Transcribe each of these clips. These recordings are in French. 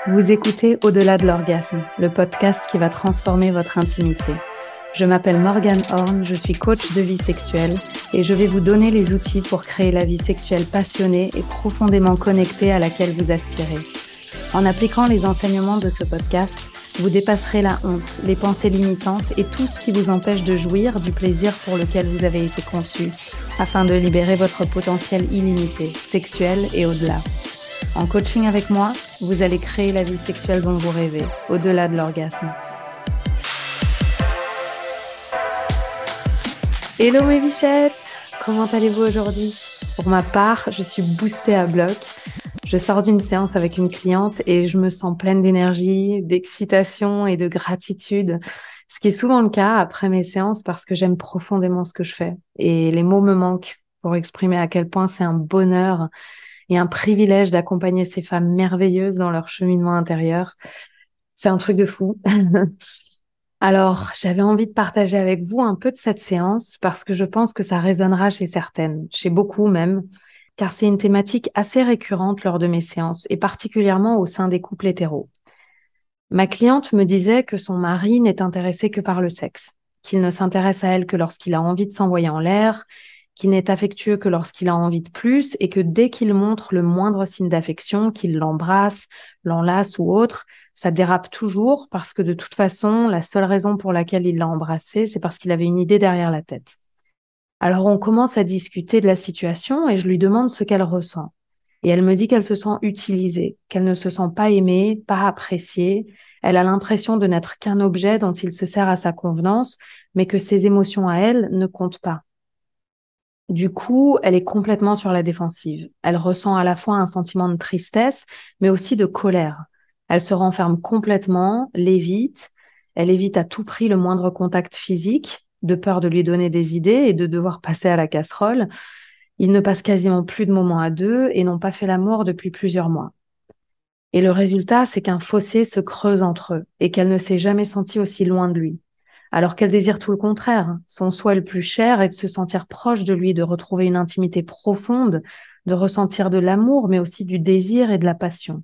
Vous écoutez Au-delà de l'orgasme, le podcast qui va transformer votre intimité. Je m'appelle Morgane Horn, je suis coach de vie sexuelle et je vais vous donner les outils pour créer la vie sexuelle passionnée et profondément connectée à laquelle vous aspirez. En appliquant les enseignements de ce podcast, vous dépasserez la honte, les pensées limitantes et tout ce qui vous empêche de jouir du plaisir pour lequel vous avez été conçu, afin de libérer votre potentiel illimité, sexuel et au-delà. En coaching avec moi, vous allez créer la vie sexuelle dont vous rêvez, au-delà de l'orgasme. Hello mes bichettes, comment allez-vous aujourd'hui? Pour ma part, je suis boostée à bloc. Je sors d'une séance avec une cliente et je me sens pleine d'énergie, d'excitation et de gratitude. Ce qui est souvent le cas après mes séances parce que j'aime profondément ce que je fais. Et les mots me manquent pour exprimer à quel point c'est un bonheur et un privilège d'accompagner ces femmes merveilleuses dans leur cheminement intérieur. C'est un truc de fou. Alors, j'avais envie de partager avec vous un peu de cette séance parce que je pense que ça résonnera chez certaines, chez beaucoup même, car c'est une thématique assez récurrente lors de mes séances et particulièrement au sein des couples hétéros. Ma cliente me disait que son mari n'est intéressé que par le sexe, qu'il ne s'intéresse à elle que lorsqu'il a envie de s'envoyer en l'air, qu'il n'est affectueux que lorsqu'il a envie de plus et que dès qu'il montre le moindre signe d'affection, qu'il l'embrasse, l'enlace ou autre, ça dérape toujours parce que de toute façon, la seule raison pour laquelle il l'a embrassé, c'est parce qu'il avait une idée derrière la tête. Alors on commence à discuter de la situation et je lui demande ce qu'elle ressent. Et elle me dit qu'elle se sent utilisée, qu'elle ne se sent pas aimée, pas appréciée. Elle a l'impression de n'être qu'un objet dont il se sert à sa convenance, mais que ses émotions à elle ne comptent pas. Du coup, elle est complètement sur la défensive. Elle ressent à la fois un sentiment de tristesse, mais aussi de colère. Elle se renferme complètement, l'évite. Elle évite à tout prix le moindre contact physique, de peur de lui donner des idées et de devoir passer à la casserole. Ils ne passent quasiment plus de moments à deux et n'ont pas fait l'amour depuis plusieurs mois. Et le résultat, c'est qu'un fossé se creuse entre eux et qu'elle ne s'est jamais sentie aussi loin de lui. Alors qu'elle désire tout le contraire. Son souhait le plus cher est de se sentir proche de lui, de retrouver une intimité profonde, de ressentir de l'amour, mais aussi du désir et de la passion.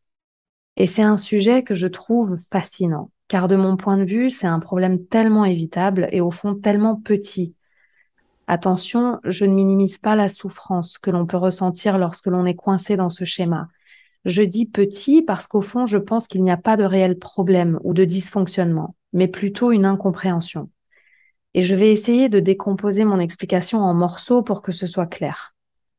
Et c'est un sujet que je trouve fascinant, car de mon point de vue, c'est un problème tellement évitable et au fond tellement petit. Attention, je ne minimise pas la souffrance que l'on peut ressentir lorsque l'on est coincé dans ce schéma. Je dis petit parce qu'au fond, je pense qu'il n'y a pas de réel problème ou de dysfonctionnement, mais plutôt une incompréhension. Et je vais essayer de décomposer mon explication en morceaux pour que ce soit clair.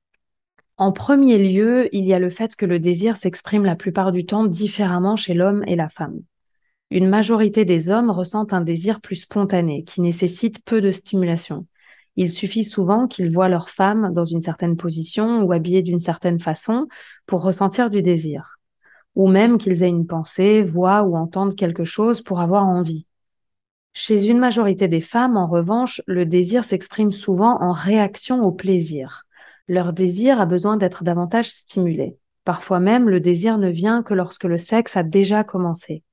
En premier lieu, il y a le fait que le désir s'exprime la plupart du temps différemment chez l'homme et la femme. Une majorité des hommes ressentent un désir plus spontané, qui nécessite peu de stimulation. Il suffit souvent qu'ils voient leur femme dans une certaine position ou habillée d'une certaine façon pour ressentir du désir. Ou même qu'ils aient une pensée, voient ou entendent quelque chose pour avoir envie. Chez une majorité des femmes, en revanche, le désir s'exprime souvent en réaction au plaisir. Leur désir a besoin d'être davantage stimulé. Parfois même, le désir ne vient que lorsque le sexe a déjà commencé.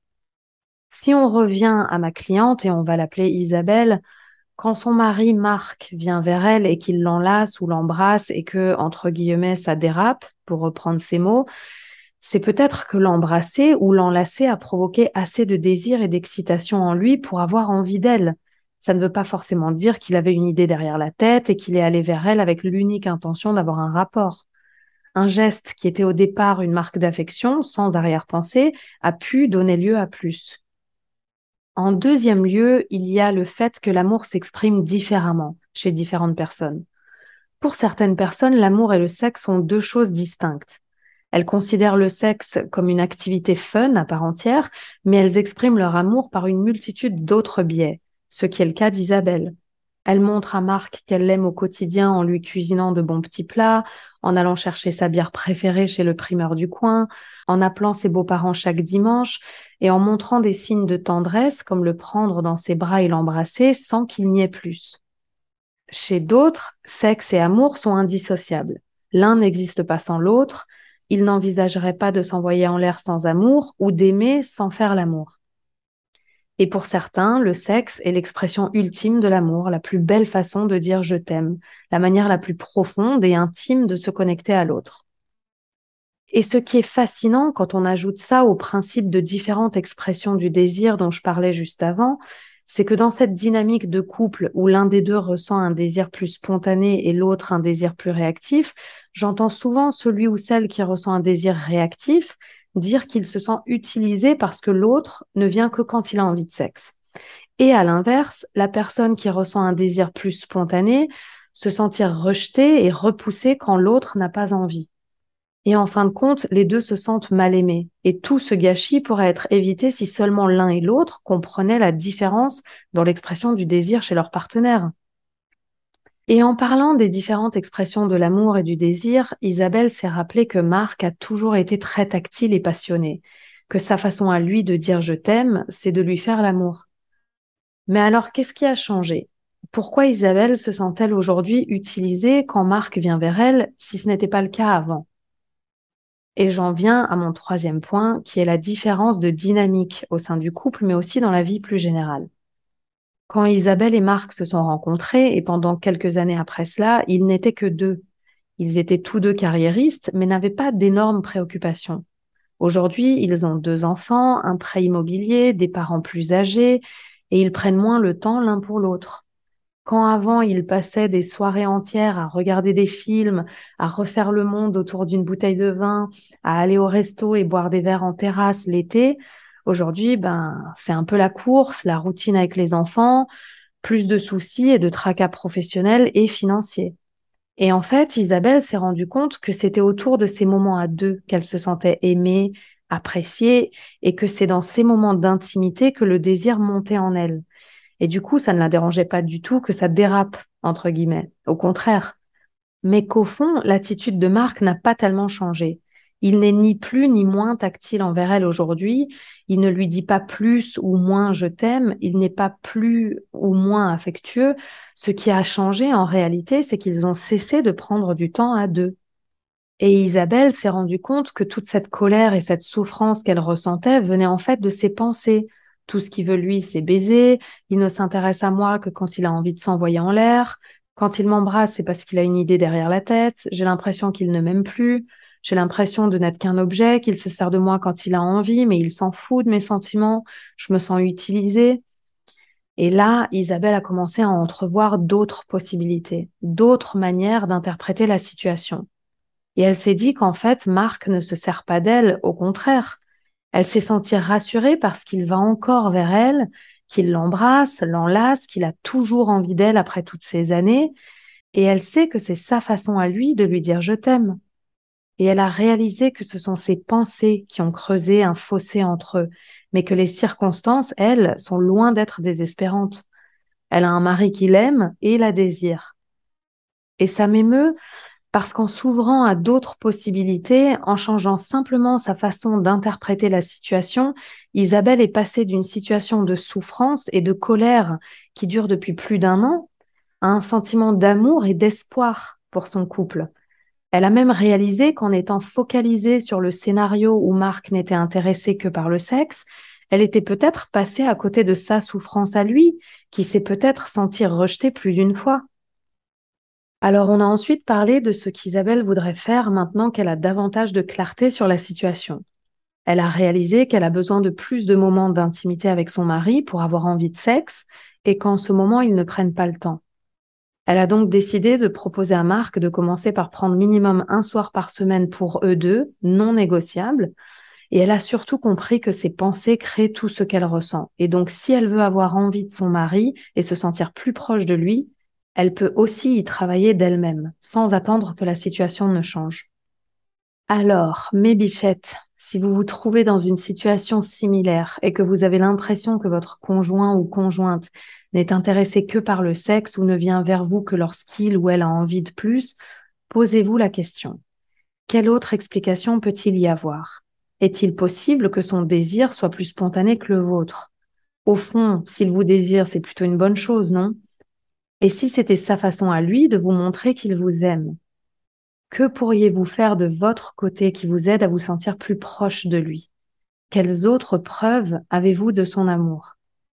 Si on revient à ma cliente, et on va l'appeler Isabelle, quand son mari Marc vient vers elle et qu'il l'enlace ou l'embrasse et que, entre guillemets, ça dérape, pour reprendre ses mots, c'est peut-être que l'embrasser ou l'enlacer a provoqué assez de désir et d'excitation en lui pour avoir envie d'elle. Ça ne veut pas forcément dire qu'il avait une idée derrière la tête et qu'il est allé vers elle avec l'unique intention d'avoir un rapport. Un geste qui était au départ une marque d'affection, sans arrière-pensée, a pu donner lieu à plus. En deuxième lieu, il y a le fait que l'amour s'exprime différemment chez différentes personnes. Pour certaines personnes, l'amour et le sexe sont deux choses distinctes. Elles considèrent le sexe comme une activité fun à part entière, mais elles expriment leur amour par une multitude d'autres biais, ce qui est le cas d'Isabelle. Elle montre à Marc qu'elle l'aime au quotidien en lui cuisinant de bons petits plats, en allant chercher sa bière préférée chez le primeur du coin, en appelant ses beaux-parents chaque dimanche et en montrant des signes de tendresse comme le prendre dans ses bras et l'embrasser sans qu'il n'y ait plus. Chez d'autres, sexe et amour sont indissociables. L'un n'existe pas sans l'autre. Ils n'envisageraient pas de s'envoyer en l'air sans amour ou d'aimer sans faire l'amour. Et pour certains, le sexe est l'expression ultime de l'amour, la plus belle façon de dire je t'aime, la manière la plus profonde et intime de se connecter à l'autre. Et ce qui est fascinant quand on ajoute ça au principe de différentes expressions du désir dont je parlais juste avant, c'est que dans cette dynamique de couple où l'un des deux ressent un désir plus spontané et l'autre un désir plus réactif, j'entends souvent celui ou celle qui ressent un désir réactif dire qu'il se sent utilisé parce que l'autre ne vient que quand il a envie de sexe. Et à l'inverse, la personne qui ressent un désir plus spontané se sentir rejetée et repoussée quand l'autre n'a pas envie. Et en fin de compte, les deux se sentent mal aimés. Et tout ce gâchis pourrait être évité si seulement l'un et l'autre comprenaient la différence dans l'expression du désir chez leur partenaire. Et en parlant des différentes expressions de l'amour et du désir, Isabelle s'est rappelé que Marc a toujours été très tactile et passionné, que sa façon à lui de dire je t'aime, c'est de lui faire l'amour. Mais alors, qu'est-ce qui a changé? Pourquoi Isabelle se sent-elle aujourd'hui utilisée quand Marc vient vers elle, si ce n'était pas le cas avant? Et j'en viens à mon troisième point, qui est la différence de dynamique au sein du couple, mais aussi dans la vie plus générale. Quand Isabelle et Marc se sont rencontrés, et pendant quelques années après cela, ils n'étaient que deux. Ils étaient tous deux carriéristes, mais n'avaient pas d'énormes préoccupations. Aujourd'hui, ils ont deux enfants, un prêt immobilier, des parents plus âgés, et ils prennent moins le temps l'un pour l'autre. Quand avant, ils passaient des soirées entières à regarder des films, à refaire le monde autour d'une bouteille de vin, à aller au resto et boire des verres en terrasse l'été, aujourd'hui, c'est un peu la course, la routine avec les enfants, plus de soucis et de tracas professionnels et financiers. Et en fait, Isabelle s'est rendue compte que c'était autour de ces moments à deux qu'elle se sentait aimée, appréciée, et que c'est dans ces moments d'intimité que le désir montait en elle. Et du coup, ça ne la dérangeait pas du tout que ça dérape, entre guillemets. Au contraire. Mais qu'au fond, l'attitude de Marc n'a pas tellement changé. Il n'est ni plus ni moins tactile envers elle aujourd'hui. Il ne lui dit pas plus ou moins je t'aime. Il n'est pas plus ou moins affectueux. Ce qui a changé en réalité, c'est qu'ils ont cessé de prendre du temps à deux. Et Isabelle s'est rendue compte que toute cette colère et cette souffrance qu'elle ressentait venaient en fait de ses pensées. Tout ce qu'il veut lui, c'est baiser. Il ne s'intéresse à moi que quand il a envie de s'envoyer en l'air. Quand il m'embrasse, c'est parce qu'il a une idée derrière la tête. J'ai l'impression qu'il ne m'aime plus. J'ai l'impression de n'être qu'un objet, qu'il se sert de moi quand il a envie, mais il s'en fout de mes sentiments. Je me sens utilisée. Et là, Isabelle a commencé à entrevoir d'autres possibilités, d'autres manières d'interpréter la situation. Et elle s'est dit qu'en fait, Marc ne se sert pas d'elle, au contraire. Elle s'est sentie rassurée parce qu'il va encore vers elle, qu'il l'embrasse, l'enlace, qu'il a toujours envie d'elle après toutes ces années. Et elle sait que c'est sa façon à lui de lui dire je t'aime. Et elle a réalisé que ce sont ses pensées qui ont creusé un fossé entre eux, mais que les circonstances, elles, sont loin d'être désespérantes. Elle a un mari qui l'aime et la désire. Et ça m'émeut parce qu'en s'ouvrant à d'autres possibilités, en changeant simplement sa façon d'interpréter la situation, Isabelle est passée d'une situation de souffrance et de colère qui dure depuis plus d'un an à un sentiment d'amour et d'espoir pour son couple. Elle a même réalisé qu'en étant focalisée sur le scénario où Marc n'était intéressé que par le sexe, elle était peut-être passée à côté de sa souffrance à lui, qui s'est peut-être senti rejetée plus d'une fois. Alors, on a ensuite parlé de ce qu'Isabelle voudrait faire maintenant qu'elle a davantage de clarté sur la situation. Elle a réalisé qu'elle a besoin de plus de moments d'intimité avec son mari pour avoir envie de sexe et qu'en ce moment, ils ne prennent pas le temps. Elle a donc décidé de proposer à Marc de commencer par prendre minimum un soir par semaine pour eux deux, non négociable. Et elle a surtout compris que ses pensées créent tout ce qu'elle ressent. Et donc, si elle veut avoir envie de son mari et se sentir plus proche de lui, elle peut aussi y travailler d'elle-même, sans attendre que la situation ne change. Alors, mes bichettes, si vous vous trouvez dans une situation similaire et que vous avez l'impression que votre conjoint ou conjointe n'est intéressé que par le sexe ou ne vient vers vous que lorsqu'il ou elle a envie de plus, posez-vous la question. Quelle autre explication peut-il y avoir? Est-il possible que son désir soit plus spontané que le vôtre? Au fond, s'il vous désire, c'est plutôt une bonne chose, non? Et si c'était sa façon à lui de vous montrer qu'il vous aime? Que pourriez-vous faire de votre côté qui vous aide à vous sentir plus proche de lui? Quelles autres preuves avez-vous de son amour?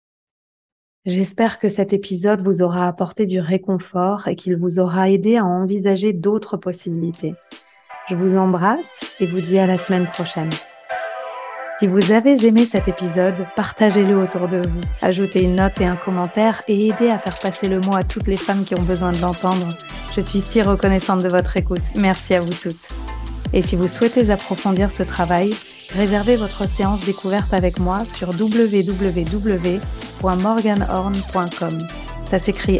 J'espère que cet épisode vous aura apporté du réconfort et qu'il vous aura aidé à envisager d'autres possibilités. Je vous embrasse et vous dis à la semaine prochaine. Si vous avez aimé cet épisode, partagez-le autour de vous, ajoutez une note et un commentaire et aidez à faire passer le mot à toutes les femmes qui ont besoin de l'entendre. Je suis si reconnaissante de votre écoute. Merci à vous toutes. Et si vous souhaitez approfondir ce travail, réservez votre séance découverte avec moi sur www.morganehorn.com. Ça s'écrit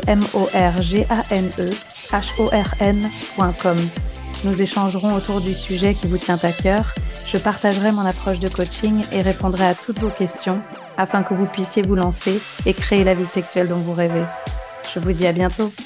morganehorn.com. Nous échangerons autour du sujet qui vous tient à cœur. Je partagerai mon approche de coaching et répondrai à toutes vos questions afin que vous puissiez vous lancer et créer la vie sexuelle dont vous rêvez. Je vous dis à bientôt.